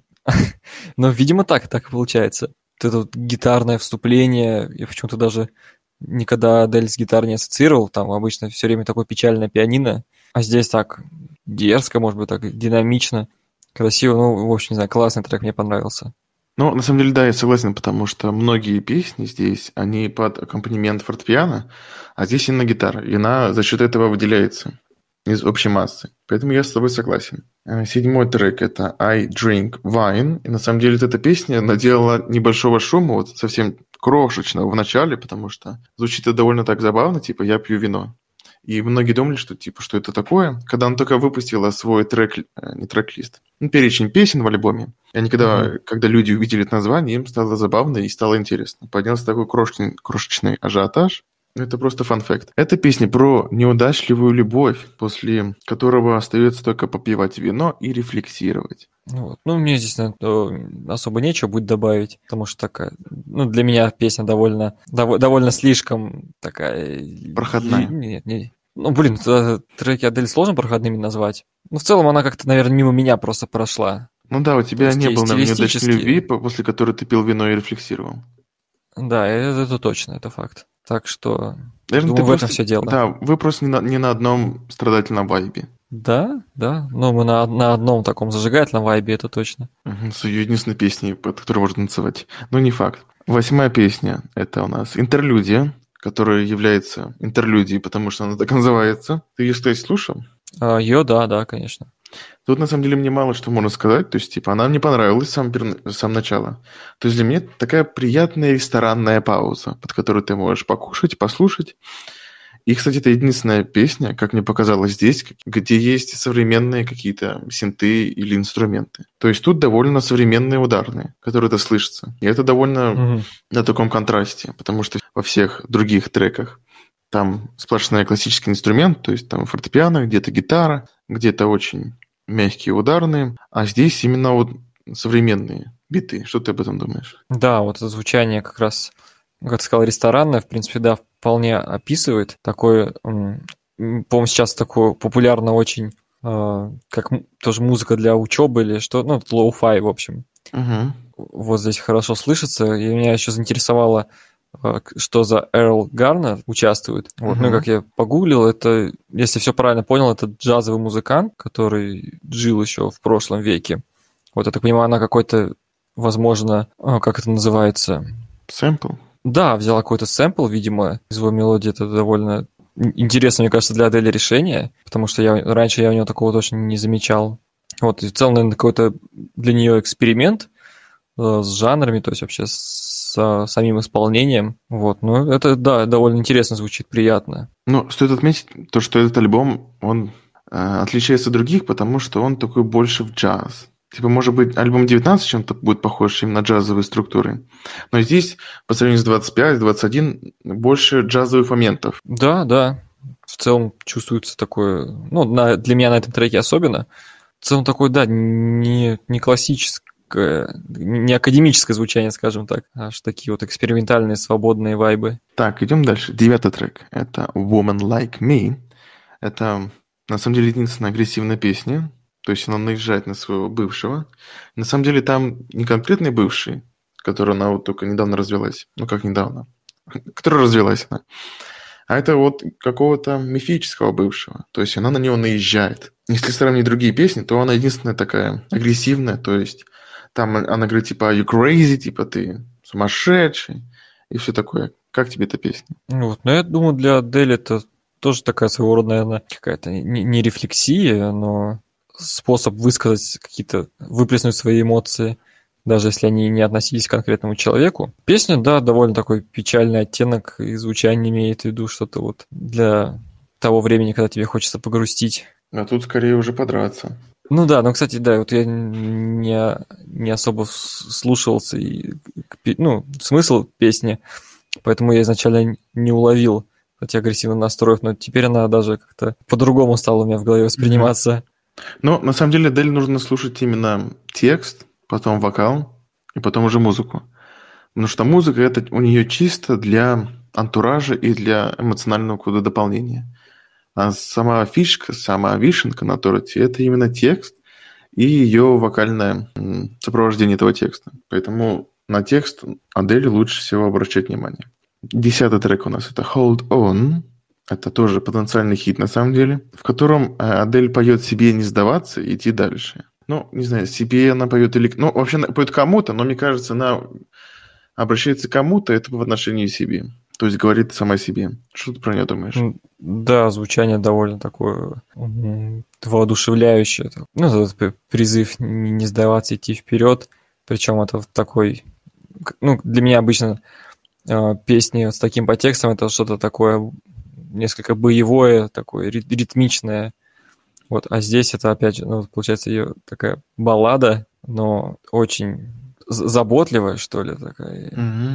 Ну, видимо, так и получается. Вот это вот гитарное вступление, я почему-то даже никогда Адель с гитарой не ассоциировал, там обычно все время такое печальное пианино, а здесь так дерзко, может быть, так динамично, красиво, ну, в общем, не знаю, классный трек, мне понравился. Ну, на самом деле, да, я согласен, потому что многие песни здесь, они под аккомпанемент фортепиано, а здесь именно гитара, и она за счет этого выделяется из общей массы. Поэтому я с тобой согласен. 7-й трек – это I Drink Wine, и на самом деле эта песня наделала небольшого шума, вот совсем крошечного в начале, потому что звучит это довольно так забавно, типа «я пью вино». И многие думали, что типа, что это такое, когда она только выпустила свой не трек-лист, перечень песен в альбоме. И они, когда люди увидели это название, им стало забавно и стало интересно. Поднялся такой крошечный ажиотаж. Это просто фан-факт. Это песня про неудачливую любовь, после которого остается только попивать вино и рефлексировать. Вот. Ну, мне здесь особо нечего будет добавить, потому что такая, ну, для меня песня довольно слишком такая... Проходная. Нет. Ну, блин, треки Адель сложно проходными назвать. Ну, в целом она как-то, наверное, мимо меня просто прошла. Ну да, у тебя не было неудачной любви, после которой ты пил вино и рефлексировал. Да, это точно, это факт. Так что, наверное, думаю, в этом все дело. Да, вы просто не на одном страдательном вайбе. Да, но мы на одном таком зажигательном вайбе, это точно. С ее единственной песней, под которой можно танцевать. Но не факт. 8-я песня – это у нас интерлюдия, которая является интерлюдией, потому что она так называется. Ты ее, кстати, слушал? Ее, да, конечно. Тут, на самом деле, мне мало что можно сказать. То есть, типа, она мне понравилась с самого начала. То есть, для меня это такая приятная ресторанная пауза, под которую ты можешь покушать, послушать. И, кстати, это единственная песня, как мне показалось здесь, где есть современные какие-то синты или инструменты. То есть тут довольно современные ударные, которые это слышится. И это довольно на таком контрасте, потому что во всех других треках там сплошной классический инструмент, то есть там фортепиано, где-то гитара, где-то очень мягкие ударные, а здесь именно вот современные биты. Что ты об этом думаешь? Да, вот это звучание как раз, как ты сказал, ресторанное, в принципе, да, вполне описывает. Такое, по-моему, сейчас такое популярно очень, как тоже музыка для учебы или что, ну, лоу-фай, в общем. Вот здесь хорошо слышится. И меня еще заинтересовало, что за Эрл Гарнер участвует. Вот, ну, как я погуглил, это, если все правильно понял, это джазовый музыкант, который жил еще в прошлом веке. Вот, я так понимаю, она какой-то, возможно, как это называется? Сэмпл? Да, взяла какой-то сэмпл, видимо, из его мелодии. Это довольно интересно, мне кажется, для Адели решение, потому что раньше я у него такого точно не замечал. Вот, и в целом, наверное, какой-то для нее эксперимент с жанрами, то есть вообще с самим исполнением. Вот, ну, это, да, довольно интересно звучит, приятно. Ну, стоит отметить то, что этот альбом, он отличается от других, потому что он такой больше в джаз. Типа, может быть, альбом 19 чем-то будет похож именно на джазовые структуры. Но здесь, по сравнению с 25, 21, больше джазовых моментов. Да. В целом чувствуется такое... Ну, для меня на этом треке особенно. В целом такое, да, не классическое, не академическое звучание, скажем так, аж такие вот экспериментальные, свободные вайбы. Так, идем дальше. 9-й трек. Это Woman Like Me. Это, на самом деле, единственная агрессивная песня. То есть она наезжает на своего бывшего. На самом деле там не конкретный бывший, который она вот только недавно развелась. Ну, как недавно. Которая развелась она. А это вот какого-то мифического бывшего. То есть она на него наезжает. Если сравнить другие песни, то она единственная такая агрессивная. То есть там она говорит типа «you crazy», типа «ты сумасшедший» и все такое. Как тебе эта песня? Вот. Но я думаю, для Адель это тоже такая своего рода, наверное, какая-то не рефлексия, но способ высказать какие-то, выплеснуть свои эмоции, даже если они не относились к конкретному человеку. Песня, да, довольно такой печальный оттенок и звучание имеет в виду что-то вот для того времени, когда тебе хочется погрустить. А тут скорее уже подраться. Ну да, ну, кстати, да, вот я не особо слушался смысл песни, поэтому я изначально не уловил эти агрессивных настроев, но теперь она даже как-то по-другому стала у меня в голове восприниматься. Но на самом деле Адель нужно слушать именно текст, потом вокал и потом уже музыку. Потому что музыка это у нее чисто для антуража и для эмоционального какого-то дополнения. А сама фишка, сама вишенка на торте – это именно текст и ее вокальное сопровождение этого текста. Поэтому на текст Адель лучше всего обращать внимание. 10-й трек у нас – это «Hold On». Это тоже потенциальный хит на самом деле, в котором Адель поет себе не сдаваться и идти дальше. Ну, не знаю, себе она поет или... Ну, вообще она поет кому-то, но мне кажется, она обращается к кому-то, это в отношении себе. То есть говорит сама себе. Что ты про нее думаешь? Да, звучание довольно такое воодушевляющее. Ну, этот призыв не сдаваться, идти вперед. Причем это такой... Ну, для меня обычно песни с таким подтекстом это что-то такое несколько боевое, такое ритмичное. Вот, а здесь это опять же, ну, получается ее такая баллада, но очень заботливая, что ли, такая.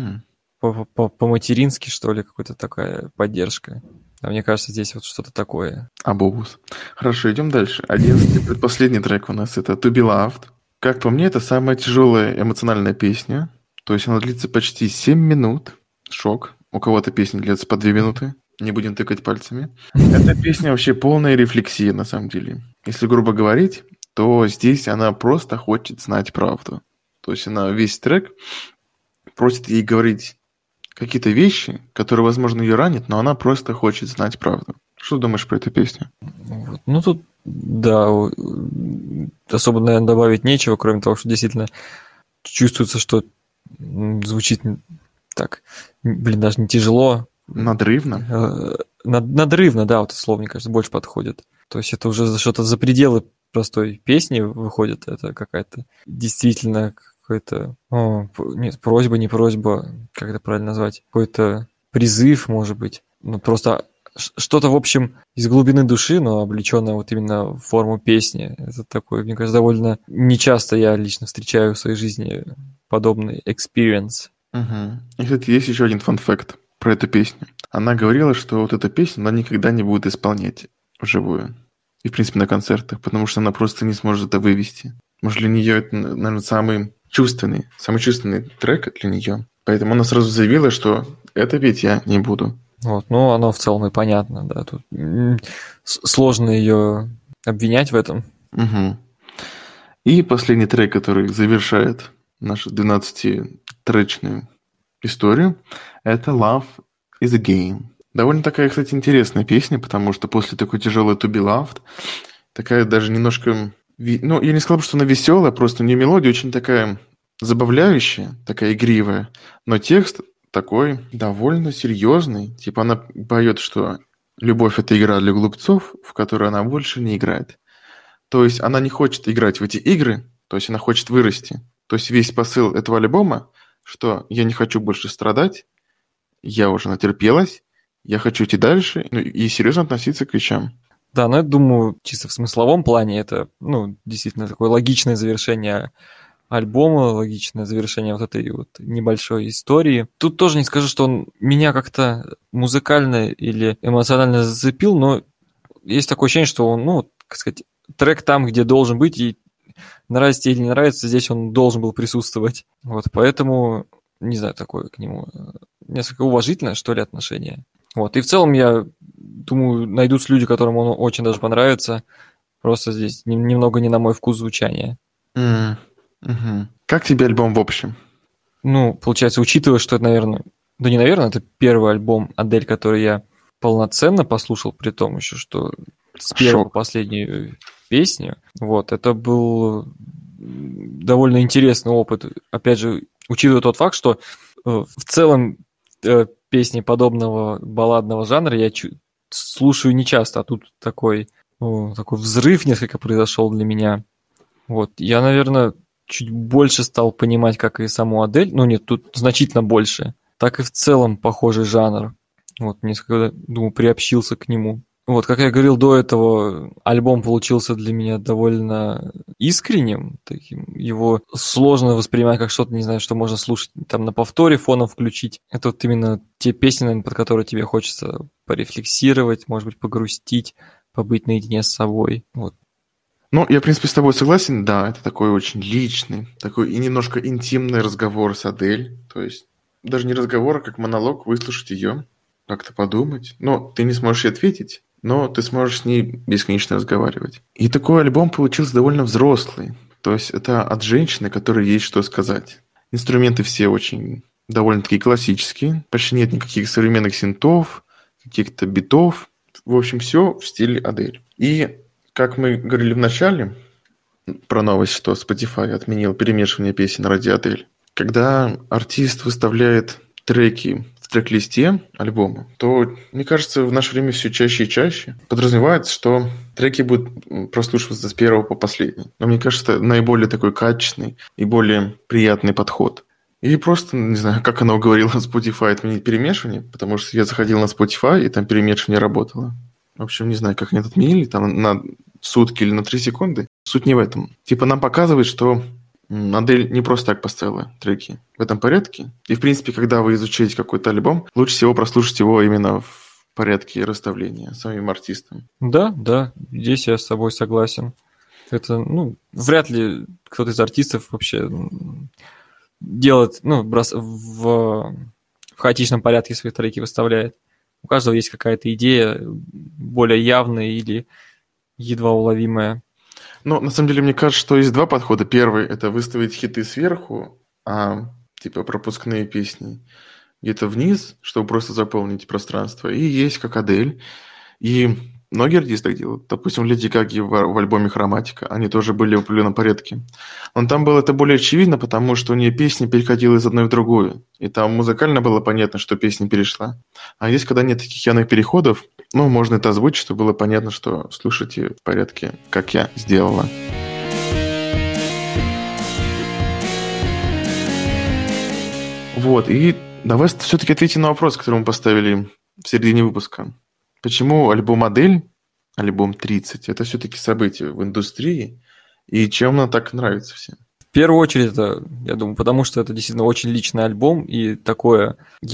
По-матерински, что ли, какая-то такая поддержка. А мне кажется, здесь вот что-то такое. Абобус. Хорошо, идем дальше. 11-й, предпоследний трек у нас это «To Be Loved». Как по мне, это самая тяжелая эмоциональная песня. То есть она длится почти 7 минут. Шок. У кого-то песня длится по 2 минуты. Не будем тыкать пальцами. Эта песня вообще полная рефлексия, на самом деле. Если грубо говорить, то здесь она просто хочет знать правду. То есть она весь трек просит ей говорить какие-то вещи, которые, возможно, ее ранят, но она просто хочет знать правду. Что думаешь про эту песню? Ну, тут, да, особо, наверное, добавить нечего, кроме того, что действительно чувствуется, что звучит так, даже не тяжело. Надрывно? Надрывно, да, вот это слово, мне кажется, больше подходит. То есть это уже что-то за пределы простой песни выходит, это какая-то действительно какой-то... нет, просьба, не просьба, как это правильно назвать? Какой-то призыв, может быть. Ну, просто что-то, в общем, из глубины души, но облеченное вот именно в форму песни. Это такой, мне кажется, довольно нечасто я лично встречаю в своей жизни подобный experience. Угу. И, кстати, есть еще один фан-факт про эту песню. Она говорила, что вот эту песню она никогда не будет исполнять вживую. И, в принципе, на концертах, потому что она просто не сможет это вывести. Может, для нее это, наверное, самый чувственный трек для нее. Поэтому она сразу заявила, что это петь я не буду. Вот, ну, оно в целом и понятно, да. Тут сложно ее обвинять в этом. Угу. И последний трек, который завершает нашу 12-тречную историю, это «Love is a Game». Довольно такая, кстати, интересная песня, потому что после такой тяжелой «To Be Loved» такая даже немножко... Ну, я не сказал бы, что она веселая, просто у нее мелодия очень такая забавляющая, такая игривая, но текст такой довольно серьезный. Типа она поет, что любовь – это игра для глупцов, в которой она больше не играет. То есть она не хочет играть в эти игры, то есть она хочет вырасти. То есть весь посыл этого альбома, что я не хочу больше страдать, я уже натерпелась, я хочу идти дальше, ну, и серьезно относиться к вещам. Да, но я думаю, чисто в смысловом плане это, ну, действительно такое логичное завершение альбома, логичное завершение вот этой вот небольшой истории. Тут тоже не скажу, что он меня как-то музыкально или эмоционально зацепил, но есть такое ощущение, что он, ну, как сказать, трек там, где должен быть, и нравится тебе или не нравится, здесь он должен был присутствовать. Вот, поэтому, не знаю, такое к нему несколько уважительное, что ли, отношение. Вот, и в целом, я думаю, найдутся люди, которым он очень даже понравится. Просто здесь немного не на мой вкус звучания. Как тебе альбом в общем? Ну, получается, учитывая, что это, наверное... Да не наверное, это первый альбом Адель, который я полноценно послушал, при том еще, что с первой по Шок. последнюю песню. Вот, это был довольно интересный опыт. Опять же, учитывая тот факт, что в целом песни подобного балладного жанра я слушаю нечасто, а тут такой взрыв несколько произошел для меня. Вот, я, наверное, чуть больше стал понимать, как и саму Адель, ну нет, тут значительно больше, так и в целом похожий жанр. Вот, несколько, думаю, приобщился к нему. Вот, как я говорил до этого, альбом получился для меня довольно искренним, таким. Его сложно воспринимать как что-то, не знаю, что можно слушать там на повторе, фоном включить. Это вот именно те песни, наверное, под которые тебе хочется порефлексировать, может быть, погрустить, побыть наедине с собой. Вот. Ну, я, в принципе, с тобой согласен, да, это такой очень личный, такой и немножко интимный разговор с Адель, то есть даже не разговор, а как монолог, выслушать ее, как-то подумать. Но ты не сможешь ей ответить, но ты сможешь с ней бесконечно разговаривать. И такой альбом получился довольно взрослый, то есть это от женщины, которой есть что сказать. Инструменты все очень довольно-таки классические, почти нет никаких современных синтов, каких-то битов, в общем, все в стиле Адель. И как мы говорили в начале про новость, что Spotify отменил перемешивание песен ради Адель. Когда артист выставляет треки в трек-листе альбома, то, мне кажется, в наше время все чаще и чаще подразумевается, что треки будут прослушиваться с первого по последний. Но мне кажется, это наиболее такой качественный и более приятный подход. И просто, не знаю, как оно говорило Spotify отменить перемешивание, потому что я заходил на Spotify, и там перемешивание работало. В общем, не знаю, как они это отменили, там на сутки или на 3 секунды. Суть не в этом. Типа нам показывает, что Адель не просто так поставила треки в этом порядке. И, в принципе, когда вы изучаете какой-то альбом, лучше всего прослушать его именно в порядке расставления самим артистом. Да, здесь я с тобой согласен. Это, вряд ли кто-то из артистов вообще делает, в хаотичном порядке свои треки выставляет. У каждого есть какая-то идея более явная или едва уловимая. Но на самом деле мне кажется, что есть два подхода. Первый – это выставить хиты сверху, типа пропускные песни где-то вниз, чтобы просто заполнить пространство. И есть как Адель. И многие артисты так делают. Допустим, Леди Гаги в альбоме «Хроматика». Они тоже были в определенном порядке. Но там было это более очевидно, потому что у нее песня переходила из одной в другую. И там музыкально было понятно, что песня перешла. А здесь, когда нет таких явных переходов, можно это озвучить, чтобы было понятно, что слушайте в порядке, как я сделала. Вот, и давай все-таки ответим на вопрос, который мы поставили в середине выпуска. Почему альбом «Адель», альбом 30, это все-таки событие в индустрии, и чем она так нравится всем? В первую очередь, это, я думаю, потому что это действительно очень личный альбом, и такое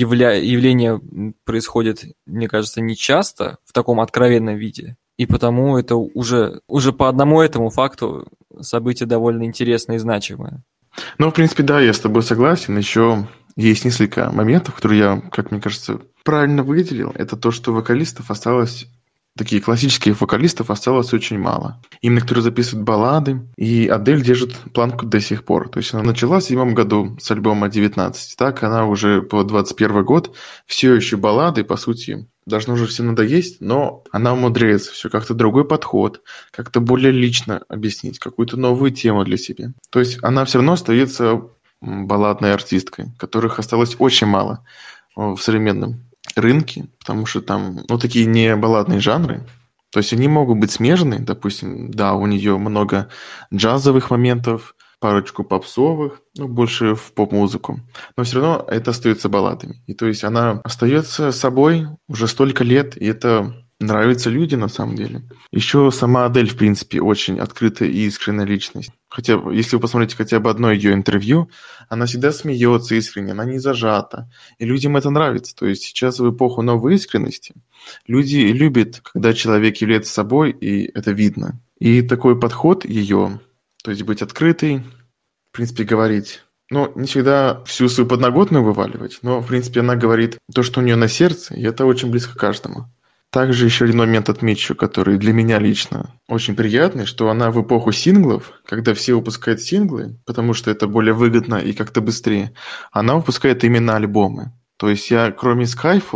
явление происходит, мне кажется, нечасто в таком откровенном виде. И потому это уже по одному этому факту событие довольно интересное и значимое. В принципе, да, я с тобой согласен. Еще есть несколько моментов, которые я, как мне кажется, правильно выделил. Это то, что вокалистов осталось, таких классических вокалистов осталось очень мало. Именно которые записывают баллады. И Адель держит планку до сих пор. То есть она начала в 2007 году с альбома 19. Так она уже по 2021 год все еще баллады, по сути, должно уже всем надоесть, но она умудряется все как-то другой подход, как-то более лично объяснить, какую-то новую тему для себя. То есть она все равно остается балладной артисткой, которых осталось очень мало в современном рынке, потому что там такие не балладные жанры. То есть они могут быть смежны, допустим, да, у нее много джазовых моментов, парочку попсовых, больше в поп-музыку. Но все равно это остается балладами. И то есть она остается собой уже столько лет, и это нравится людям на самом деле. Еще сама Адель, в принципе, очень открытая и искренняя личность. Хотя, если вы посмотрите хотя бы одно ее интервью, она всегда смеется искренне, она не зажата. И людям это нравится. То есть сейчас в эпоху новой искренности люди любят, когда человек является собой, и это видно. И такой подход ее, то есть быть открытой, в принципе, говорить. Не всегда всю свою подноготную вываливать, но, в принципе, она говорит то, что у нее на сердце, и это очень близко каждому. Также еще один момент отмечу, который для меня лично очень приятный, что она в эпоху синглов, когда все выпускают синглы, потому что это более выгодно и как-то быстрее, она выпускает именно альбомы. То есть я, кроме Skyfall,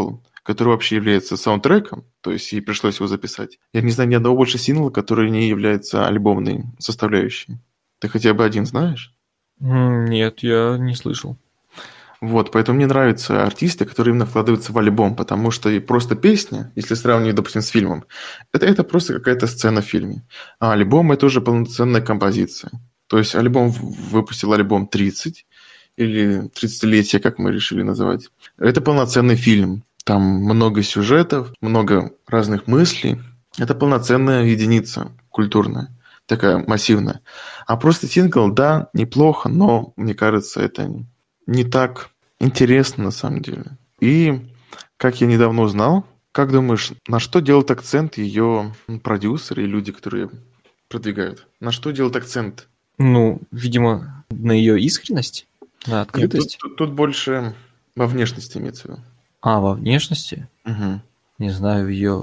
который вообще является саундтреком, то есть ей пришлось его записать. Я не знаю ни одного больше сингла, который не является альбомной составляющей. Ты хотя бы один знаешь? Нет, я не слышал. Вот, поэтому мне нравятся артисты, которые именно вкладываются в альбом, потому что и просто песня, если сравнивать, допустим, с фильмом, это просто какая-то сцена в фильме. А альбом – это уже полноценная композиция. То есть альбом выпустил альбом 30, или 30-летие, как мы решили называть. Это полноценный фильм. Там много сюжетов, много разных мыслей. Это полноценная единица культурная, такая массивная. А просто сингл, да, неплохо, но, мне кажется, это не так интересно на самом деле. И, как я недавно узнал, как думаешь, на что делают акцент ее продюсеры и люди, которые продвигают? На что делают акцент? Ну, видимо, на ее искренность, на открытость. Нет, тут больше во внешности имеется в виду. Во внешности? Угу. Не знаю, ее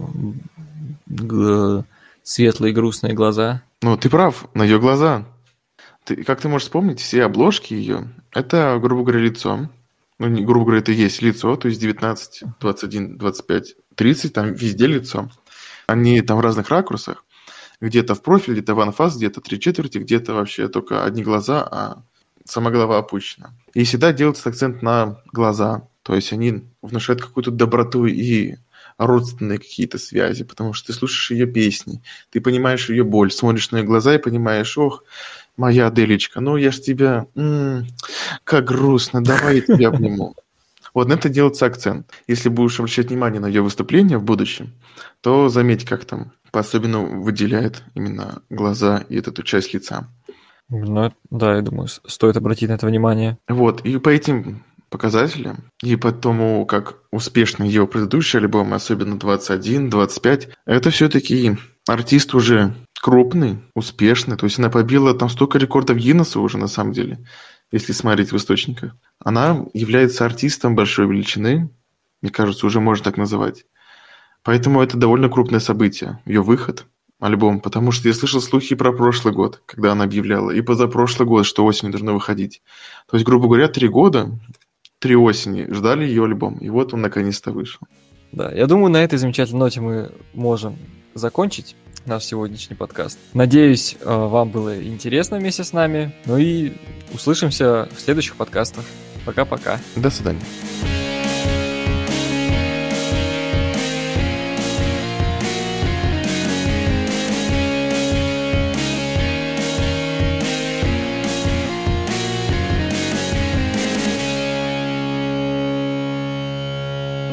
светлые грустные глаза. Ну, ты прав, на ее глаза. Как ты можешь вспомнить, все обложки ее, это, грубо говоря, лицо. Ну, не, грубо говоря, это и есть лицо, то есть 19, 21, 25, 30, там везде лицо. Они там в разных ракурсах. Где-то в профиль, где-то в анфас, где-то 3/4, где-то вообще только одни глаза, а сама голова опущена. И всегда делается акцент на глаза. То есть они внушают какую-то доброту и родственные какие-то связи, потому что ты слушаешь ее песни, ты понимаешь ее боль, смотришь на ее глаза и понимаешь, ох, моя Аделечка, ну я ж тебя, как грустно, давай я тебя обниму. Вот на это делается акцент. Если будешь обращать внимание на ее выступления в будущем, то заметь, как там по-особенному выделяет именно глаза и эту часть лица. Ну, да, я думаю, стоит обратить на это внимание. Вот, и по этим показателям, и по тому, как успешны ее предыдущие альбомы, особенно 21, 25, это все-таки артист уже крупный, успешный. То есть она побила там столько рекордов Гиннесса уже на самом деле, если смотреть в источниках. Она является артистом большой величины, мне кажется, уже можно так называть. Поэтому это довольно крупное событие, ее выход, альбом, потому что я слышал слухи про прошлый год, когда она объявляла, и позапрошлый год, что осенью должно выходить. То есть, грубо говоря, 3 года, 3 осени ждали ее альбом, и вот он наконец-то вышел. Да, я думаю, на этой замечательной ноте мы можем закончить наш сегодняшний подкаст. Надеюсь, вам было интересно вместе с нами. Ну и услышимся в следующих подкастах. Пока-пока. До свидания.